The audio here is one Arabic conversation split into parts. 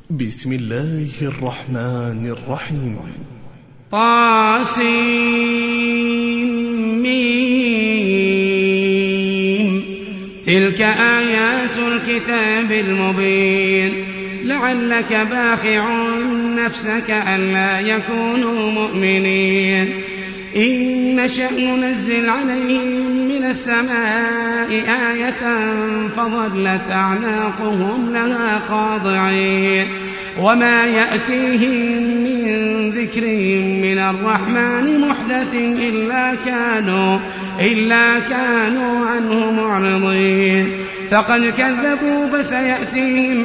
بسم الله الرحمن الرحيم. طاسمين. تلك آيات الكتاب المبين. لعلك باخع نفسك ألا يكونوا مؤمنين. إن نشأ ننزل عليهم من السماء آية فظلت أعناقهم لها خاضعين وما يأتيهم من ذكر من الرحمن محدث إلا كانوا عنه معرضين. فقد كذبوا فسيأتيهم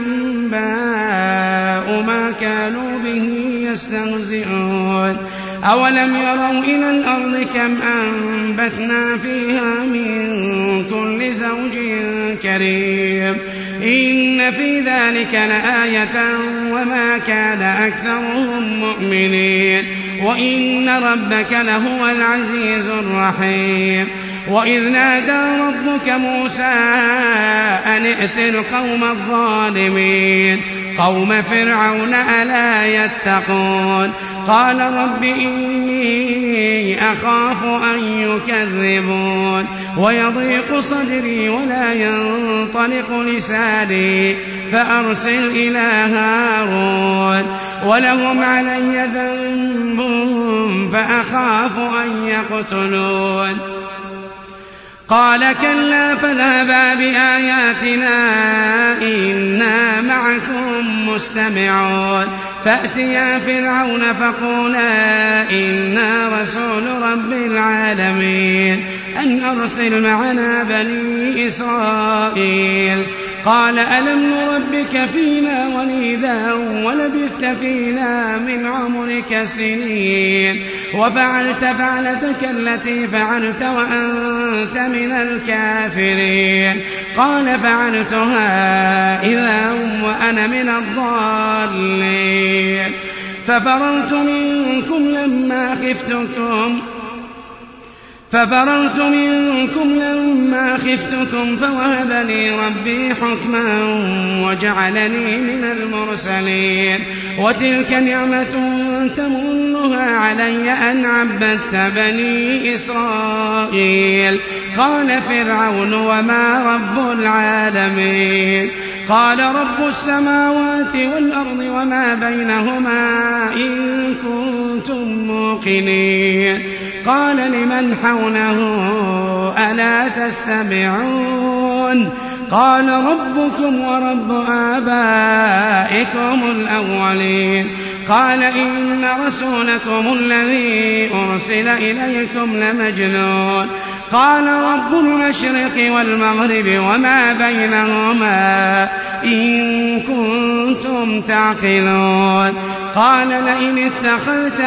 أنباء ما كانوا به يستهزئون. أولم يروا إلى الأرض كم أنبتنا فيها من كل زوج كريم إن في ذلك لآية وما كان أكثرهم مؤمنين وإن ربك لهو العزيز الرحيم. وإذ نادى ربك موسى أن ائت القوم الظالمين قوم فرعون ألا يتقون. قال رب إني أخاف أن يكذبون ويضيق صدري ولا ينطلق لساني فأرسل إلى هارون ولهم علي ذنب فأخاف أن يقتلون. قال كلا فاذهبا بآياتنا إنا معكم مستمعون. فأتيا فرعون فقولا إنا رسول رب العالمين أن أرسل معنا بني إسرائيل. قال ألم نربك فينا وليدا ولبثت فينا من عمرك سنين وفعلت فعلتك التي فعلت وأنت من الكافرين. قال فعلتها إذا وأنا من الضالين. ففررت منكم لما خفتكم فوهب لي ربي حكما وجعلني من المرسلين. وتلك نعمة تمنها علي أن عبدت بني إسرائيل. قال فرعون وما رب العالمين. قال رب السماوات والأرض وما بينهما إن كنتم موقنين. قال لمن حوله ألا تستمعون. قال ربكم ورب آبائكم الأولين. قال إن رسولكم الذي أرسل إليكم لمجنون. قال رب المشرق والمغرب وما بينهما إن كنتم تعقلون. قال لئن اتخذت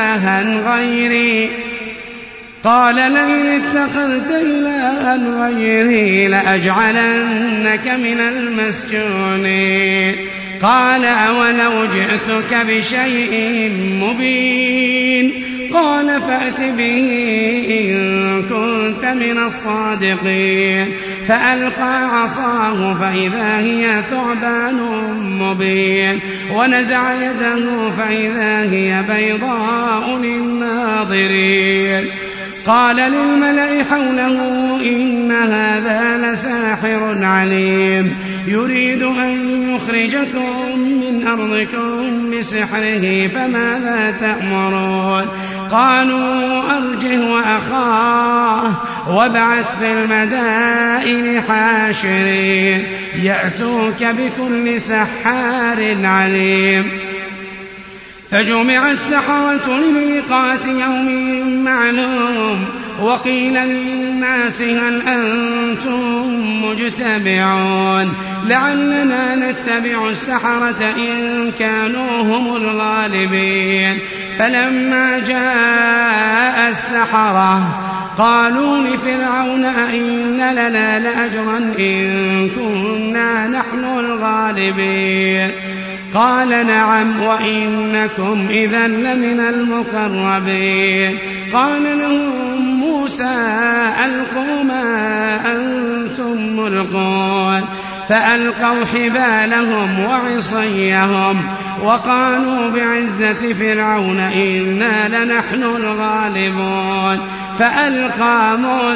إلها غيري لأجعلنك من المسجونين. قال أولو جئتك بشيء مبين. قال فأت به إن كنت من الصادقين. فألقى عصاه فإذا هي ثعبان مبين ونزع يده فإذا هي بيضاء للناظرين. قال للملأ حوله إن هذا لساحر عليم يريد أن يخرجكم من أرضكم بسحره فماذا تأمرون. قالوا أرجه وأخاه وابعث في المدائن حاشرين يأتوك بكل سحار عليم. فجمع السحرة لميقات يوم معلوم. وقيل للناس هل أنتم مجتمعون لعلنا نتبع السحرة إن كانوا هم الغالبين. فلما جاء السحرة قالوا لفرعون أئن لنا لأجرا إن كنا نحن الغالبين. قال نعم وإنكم إذا لمن المقربين. قال لهم موسى ألقوا ما أنتم ملقون. فألقوا حبالهم وعصيهم وقالوا بعزة فرعون إنا لنحن الغالبون فألقى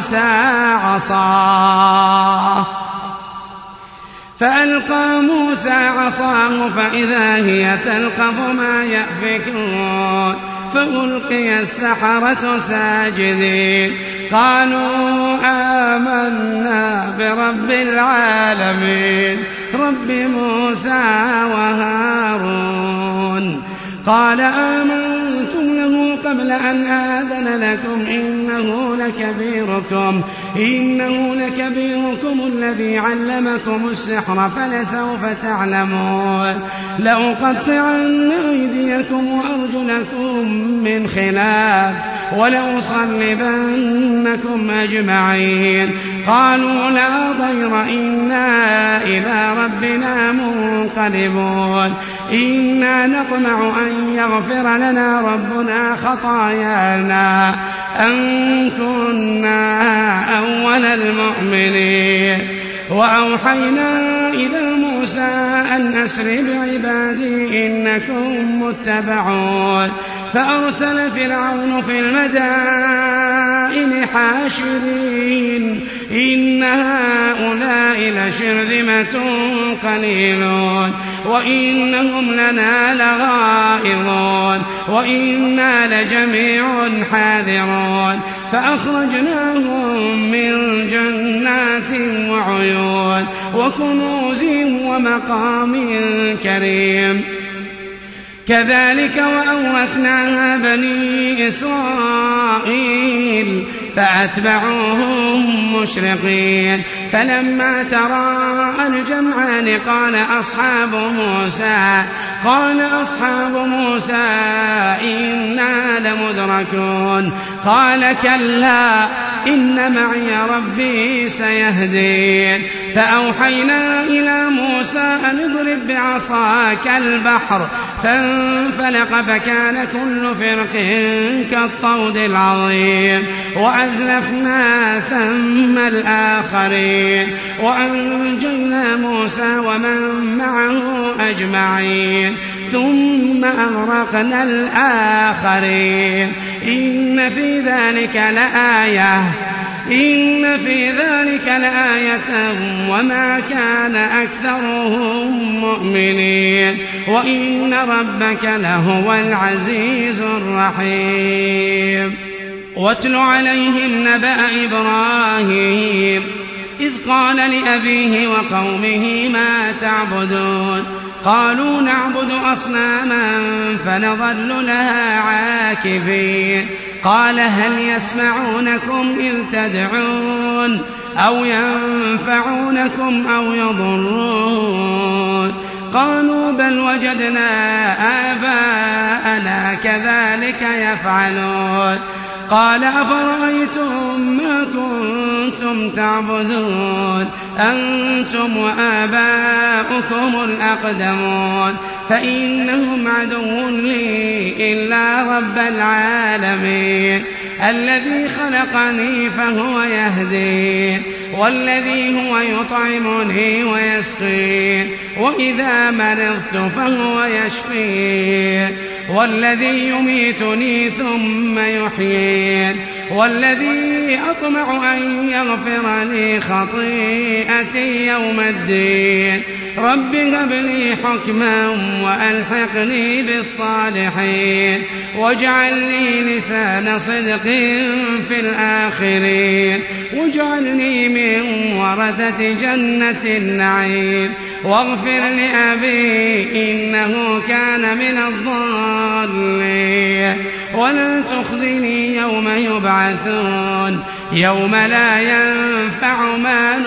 موسى عصاه فإذا هي تلقف ما يأفكون فألقي السحرة ساجدين قالوا آمنا برب العالمين رب موسى وهارون قال آمنتم له قبل أن آذن لكم إنه لكبيركم الذي علمكم السحر فلسوف تعلمون لأقطعن أيديكم وأرجلكم من خلاف ولأصلبنكم أجمعين قالوا لا ضير إنا إلى ربنا منقلبون إنا نطمع أن يغفر لنا ربنا خطايانا أن كنا أول المؤمنين وأوحينا إلى موسى أن أسر بعبادي إنكم متبعون فأرسل فرعون في المدائن حاشرين إن هؤلاء لشرذمة قليلون وإنهم لنا لغائظون وإنا لجميع حاذرون فأخرجناهم من جنات وعيون وكنوز ومقام كريم كذلك وأورثناها بني إسرائيل فأتبعوهم مشرقين فلما تراءى الجمعان قال أصحاب موسى إنا لمدركون قال كلا إن معي ربي سيهدين فأوحينا إلى موسى أن اضرب بعصاك البحر فانفلق فكان كل فرق كالطود العظيم وأزلفنا ثم الآخرين وأنجينا موسى ومن معه أجمعين ثم أغرقنا الآخرين إن في ذلك لآية وما كان أكثرهم مؤمنين وإن ربك لهو العزيز الرحيم واتل عليهم نبأ إبراهيم إذ قال لأبيه وقومه ما تعبدون قالوا نعبد أصناما فنظل لها عاكفين قال هل يسمعونكم إذ تدعون أو ينفعونكم أو يضرون قالوا بل وجدنا آباءنا كذلك يفعلون قال أفرأيتم ما كنتم تعبدون أنتم وآباؤكم الأقدمون فإنهم عدو لي إلا رب العالمين الذي خلقني فهو يهدين والذي هو يطعمني ويسقين وإذا مرضت فهو يشفين والذي يميتني ثم يحيين والذي أطمع أن يغفر لي خطيئتي يوم الدين رب هب لي حكما وألحقني بالصالحين واجعل لي لسان صدق في الآخرين واجعلني من ورثة جنة النعيم واغفر لأبي إنه كان من الضالين ولا تخزني يوم يبعثون يوم لا ينفع مال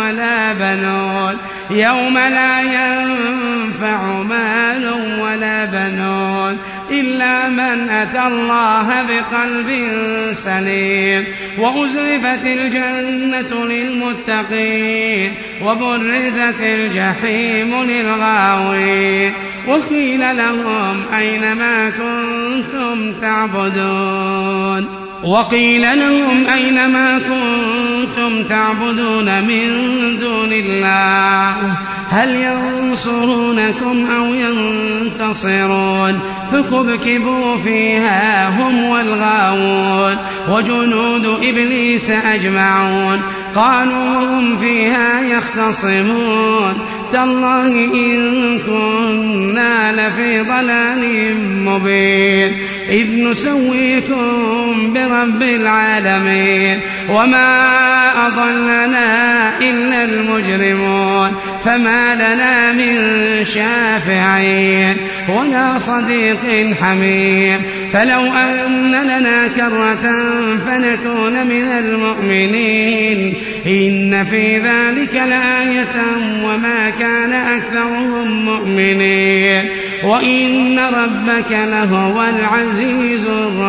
ولا بنون إلا من أتى الله بقلب سليم وأزلفت الجنة للمتقين وبرزت الجحيم للغاوين وقيل لهم أين ما كنتم تعبدون وقيل لهم أين ما كنتم تعبدون من دون الله هل ينصرونكم أو ينتصرون فكبكبوا فيها هم والغاوون وجنود إبليس أجمعون قالوا وهم فيها يختصمون تالله إن كنا لفي ضلال مبين إذ نسويكم برب العالمين وما أضلنا إلا المجرمون فما لنا من شافعين ولا صديق حميم فلو أن لنا كرة فنكون من المؤمنين إن في ذلك لآية وما كان أكثرهم مؤمنين وإن ربك لهو العزيز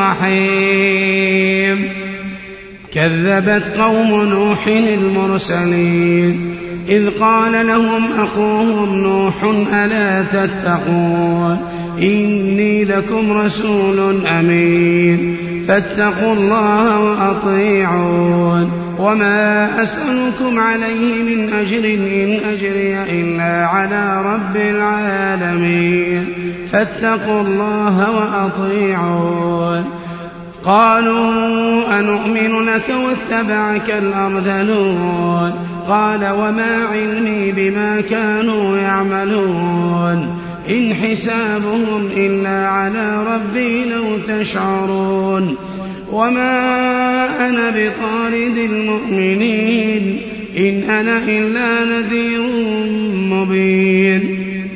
الرحيم كذبت قوم نوح المرسلين إذ قال لهم أخوهم نوح ألا تتقون إني لكم رسول أمين فاتقوا الله وأطيعون وما أسألكم عليه من أجر إن أجري إلا على رب العالمين فاتقوا الله وأطيعون قالوا أنؤمن لك واتبعك الأرذلون قال وما علمي بما كانوا يعملون إن حسابهم إلا على ربي لو تشعرون وما أنا بطارد المؤمنين إن أنا إلا نذير مبين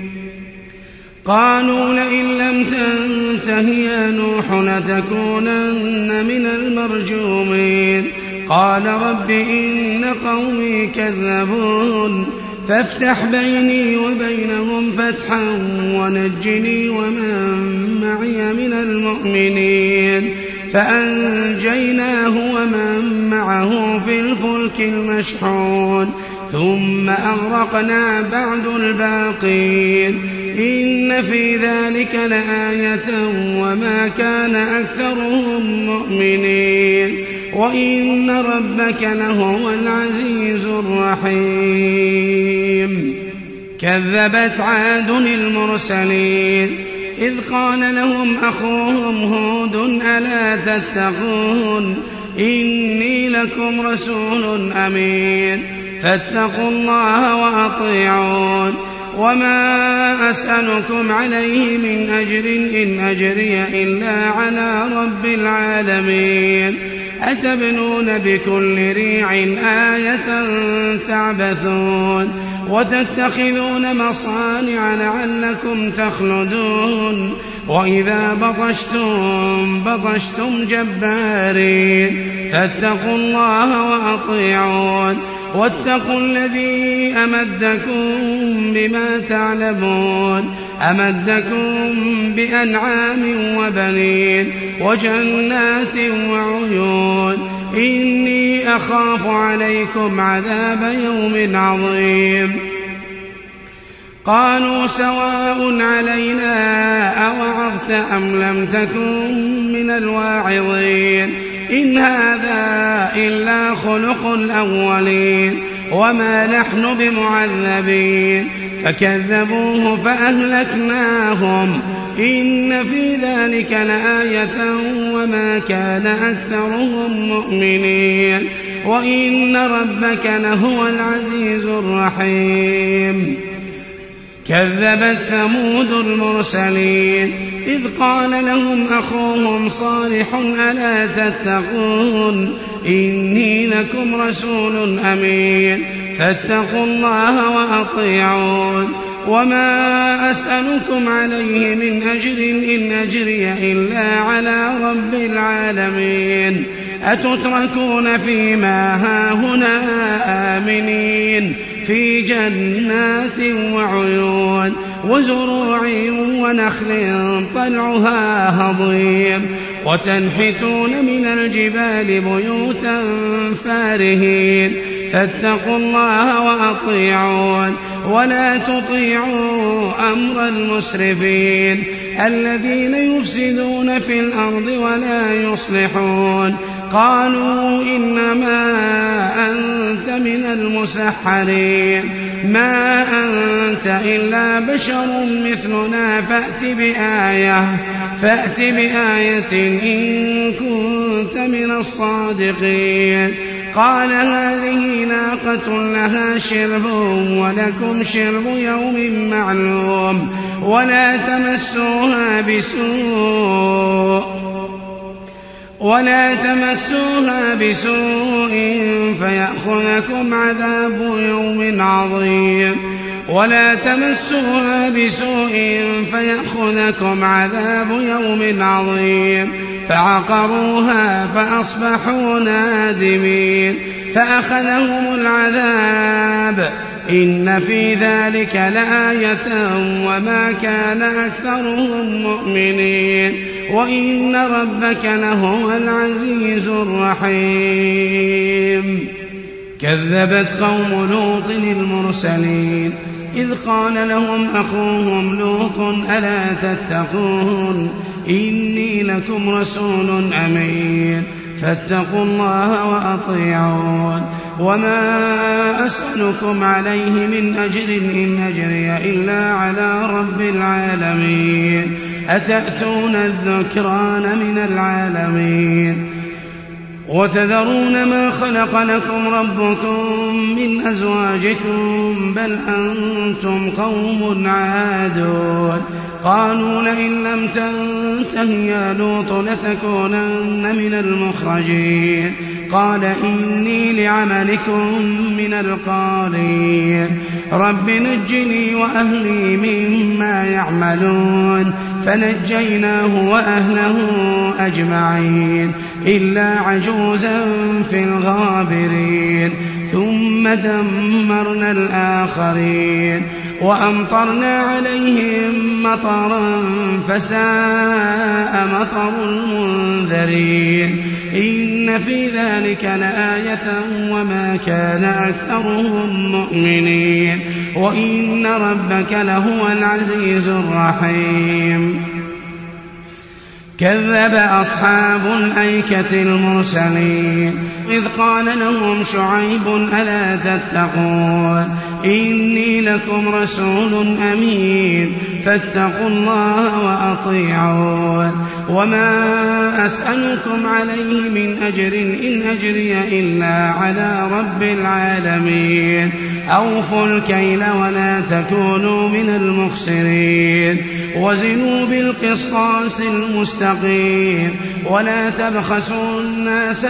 قالوا لئن لم تنته يا نوح لتكونن من المرجومين قال رب إن قومي كذبون فافتح بيني وبينهم فتحا ونجني ومن معي من المؤمنين فأنجيناه ومن معه في الفلك المشحون ثم أغرقنا بعد الباقين إن في ذلك لآية وما كان أكثرهم مؤمنين وإن ربك لهو العزيز الرحيم كذبت عاد المرسلين إذ قال لهم أخوهم هود ألا تتقون إني لكم رسول أمين فاتقوا الله وأطيعون وما أسألكم عليه من أجر إن أجري إلا على رب العالمين أتبنون بكل ريع آية تعبثون وتتخذون مصانع لعلكم تخلدون وإذا بطشتم جبارين فاتقوا الله وأطيعون واتقوا الذي أمدكم بما تعلمون أمدكم بأنعام وبنين وجنات وعيون إني أخاف عليكم عذاب يوم عظيم قالوا سواء علينا أوعظت أم لم تكن من الواعظين إن هذا إلا خلق الأولين وما نحن بمعذبين فكذبوه فأهلكناهم إن في ذلك لآية وما كان أكثرهم مؤمنين وإن ربك لهو العزيز الرحيم كذبت ثمود المرسلين إذ قال لهم أخوهم صالح ألا تتقون إني لكم رسول أمين فاتقوا الله وأطيعون وما أسألكم عليه من أجر إن أجري إلا على رب العالمين أتتركون فيما هاهنا آمنين في جنات وعيون وزروع ونخل طلعها هضيم وتنحتون من الجبال بيوتا فارهين فاتقوا الله وأطيعون ولا تطيعوا أمر المسرفين الذين يفسدون في الأرض ولا يصلحون قالوا إنما أنت من المسحرين ما أنت إلا بشر مثلنا فأت بآية إن كنت من الصادقين قال هذه ناقة لها شرب ولكم شرب يوم معلوم ولا تمسوها بسوء فيأخذكم عذاب يوم عظيم فعقروها فأصبحوا نادمين فأخذهم العذاب إن في ذلك لآية وما كان أكثرهم مؤمنين وإن ربك لهو العزيز الرحيم كذبت قوم لوط المرسلين إذ قال لهم أخوهم لوط ألا تتقون إني لكم رسول أمين فاتقوا الله وأطيعون وما أسألكم عليه من أجر إن أجري إلا على رب العالمين أتأتون الذكران من العالمين وتذرون ما خلق لكم ربكم من أزواجكم بل أنتم قوم عادون قالوا لئن لم تنته يا لوط لتكونن من المخرجين قال إني لعملكم من القالين رب نجني وأهلي مما يعملون فنجيناه وأهله أجمعين إلا عجوزا في الغابرين ثم دمرنا الآخرين وأمطرنا عليهم مطرا فساء مطر المنذرين إن في ذلك لآية وما كان أكثرهم مؤمنين وإن ربك لهو العزيز الرحيم كذب أصحاب الأيكة المرسلين إذ قال لهم شعيب ألا تتقون إني لكم رسول أمين فاتقوا الله وأطيعون وما أسألكم عليه من أجر إن أجري إلا على رب العالمين أوفوا الكيل ولا تكونوا من المخسرين وزنوا بالقسطاس المستقيم ولا تبخسوا الناس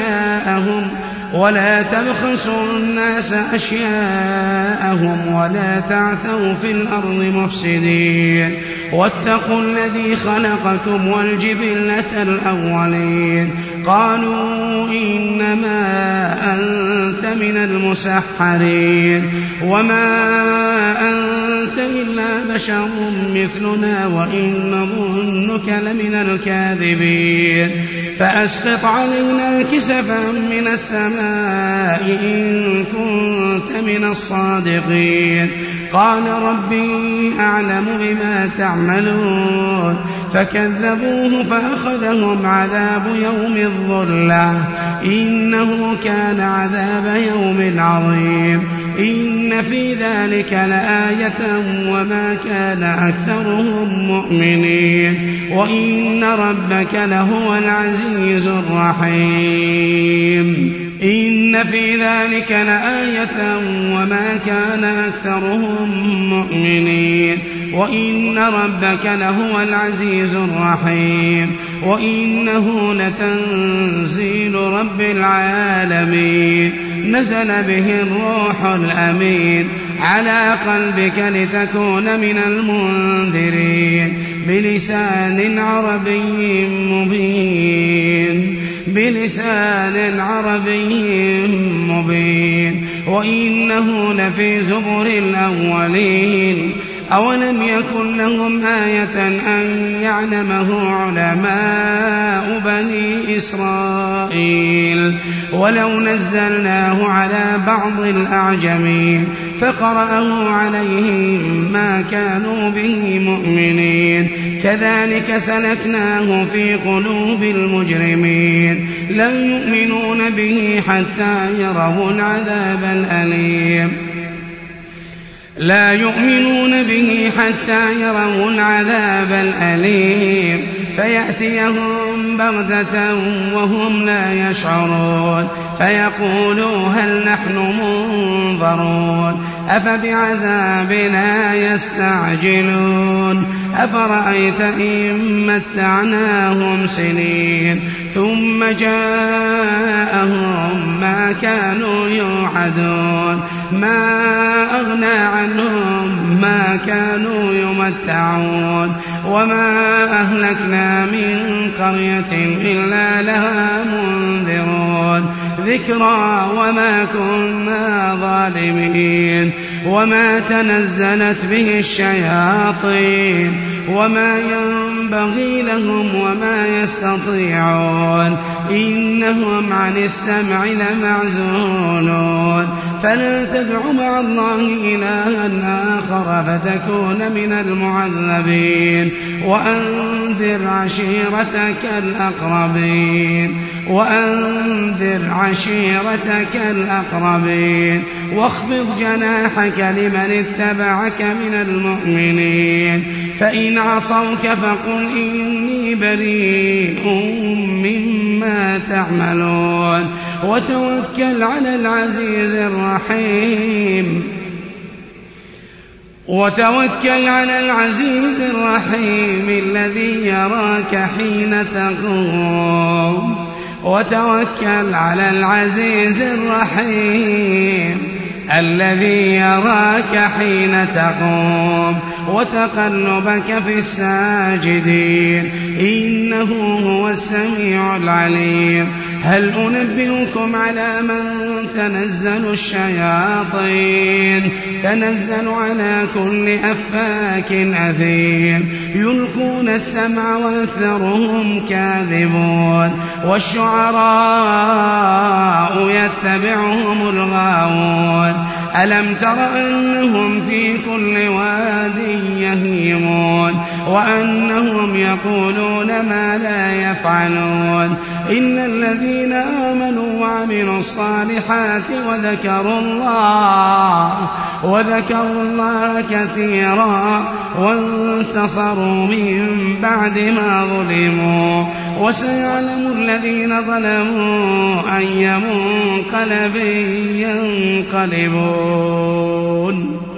أشياءهم ولا تعثوا في الأرض مفسدين واتقوا الذي خلقكم والجبلة الأولين قالوا إنما أنت من المسحرين وما أنت إلا بشر مثلنا وإن نظنك لمن الكاذبين فأسقط علينا كسفا من السماء إن كنت من الصادقين قال ربي أعلم بما تعملون فكذبوه فأخذهم عذاب يوم الظلة إنه كان عذاب يوم عظيم إن في ذلك لآية وما كان أكثرهم مؤمنين وإن ربك لهو العزيز الرحيم إن في ذلك لآية وما كان أكثرهم مؤمنين وإن ربك لهو العزيز الرحيم وإنه لتنزيل رب العالمين نزل به الروح الأمين على قلبك لتكون من المنذرين بلسان عربي مبين وإنه لفي زبر الأولين أولم يكن لهم آية أن يعلمه علماء بني إسرائيل ولو نزلناه على بعض الأعجمين فقرأه عليهم ما كانوا به مؤمنين كذلك سلكناه في قلوب المجرمين لا يؤمنون به حتى يروا العذاب الأليم فيأتيهم بغتة وهم لا يشعرون فيقولوا هل نحن منظرون أفبعذابنا يستعجلون أفرأيت إن متعناهم سنين ثم جاءهم ما كانوا يوعدون ما أغنى عنهم ما كانوا يمتعون وما أهلكنا من قرية إلا لها منذرون ذكرى وما كنا ظالمين وما تنزلت به الشياطين وما ينبغي لهم وما يستطيعون إنهم عن السمع لمعزولون فلا تدع مع الله إلها آخر فتكون من المعذبين وأنذر عشيرتك الأقربين واخفض جناحك لمن اتبعك من المؤمنين فإن عصوك فقل إني بريء مما تعملون وتوكل على العزيز الرحيم الذي يراك حين تقوم وتقلبك في الساجدين إنه هو السميع العليم هل أنبئكم على من تنزل الشياطين تنزل على كل أفاك أثيم يلقون السمع وأكثرهم كاذبون والشعراء يتبعهم الغاوون ألم تر أنهم في كل واد يهيمون وأنهم يقولون ما لا يفعلون إن الذين آمنوا وعملوا الصالحات وذكروا الله كثيرا وانتصروا من بعد ما ظلموا وسيعلم الذين ظلموا أي منقلب ينقلبون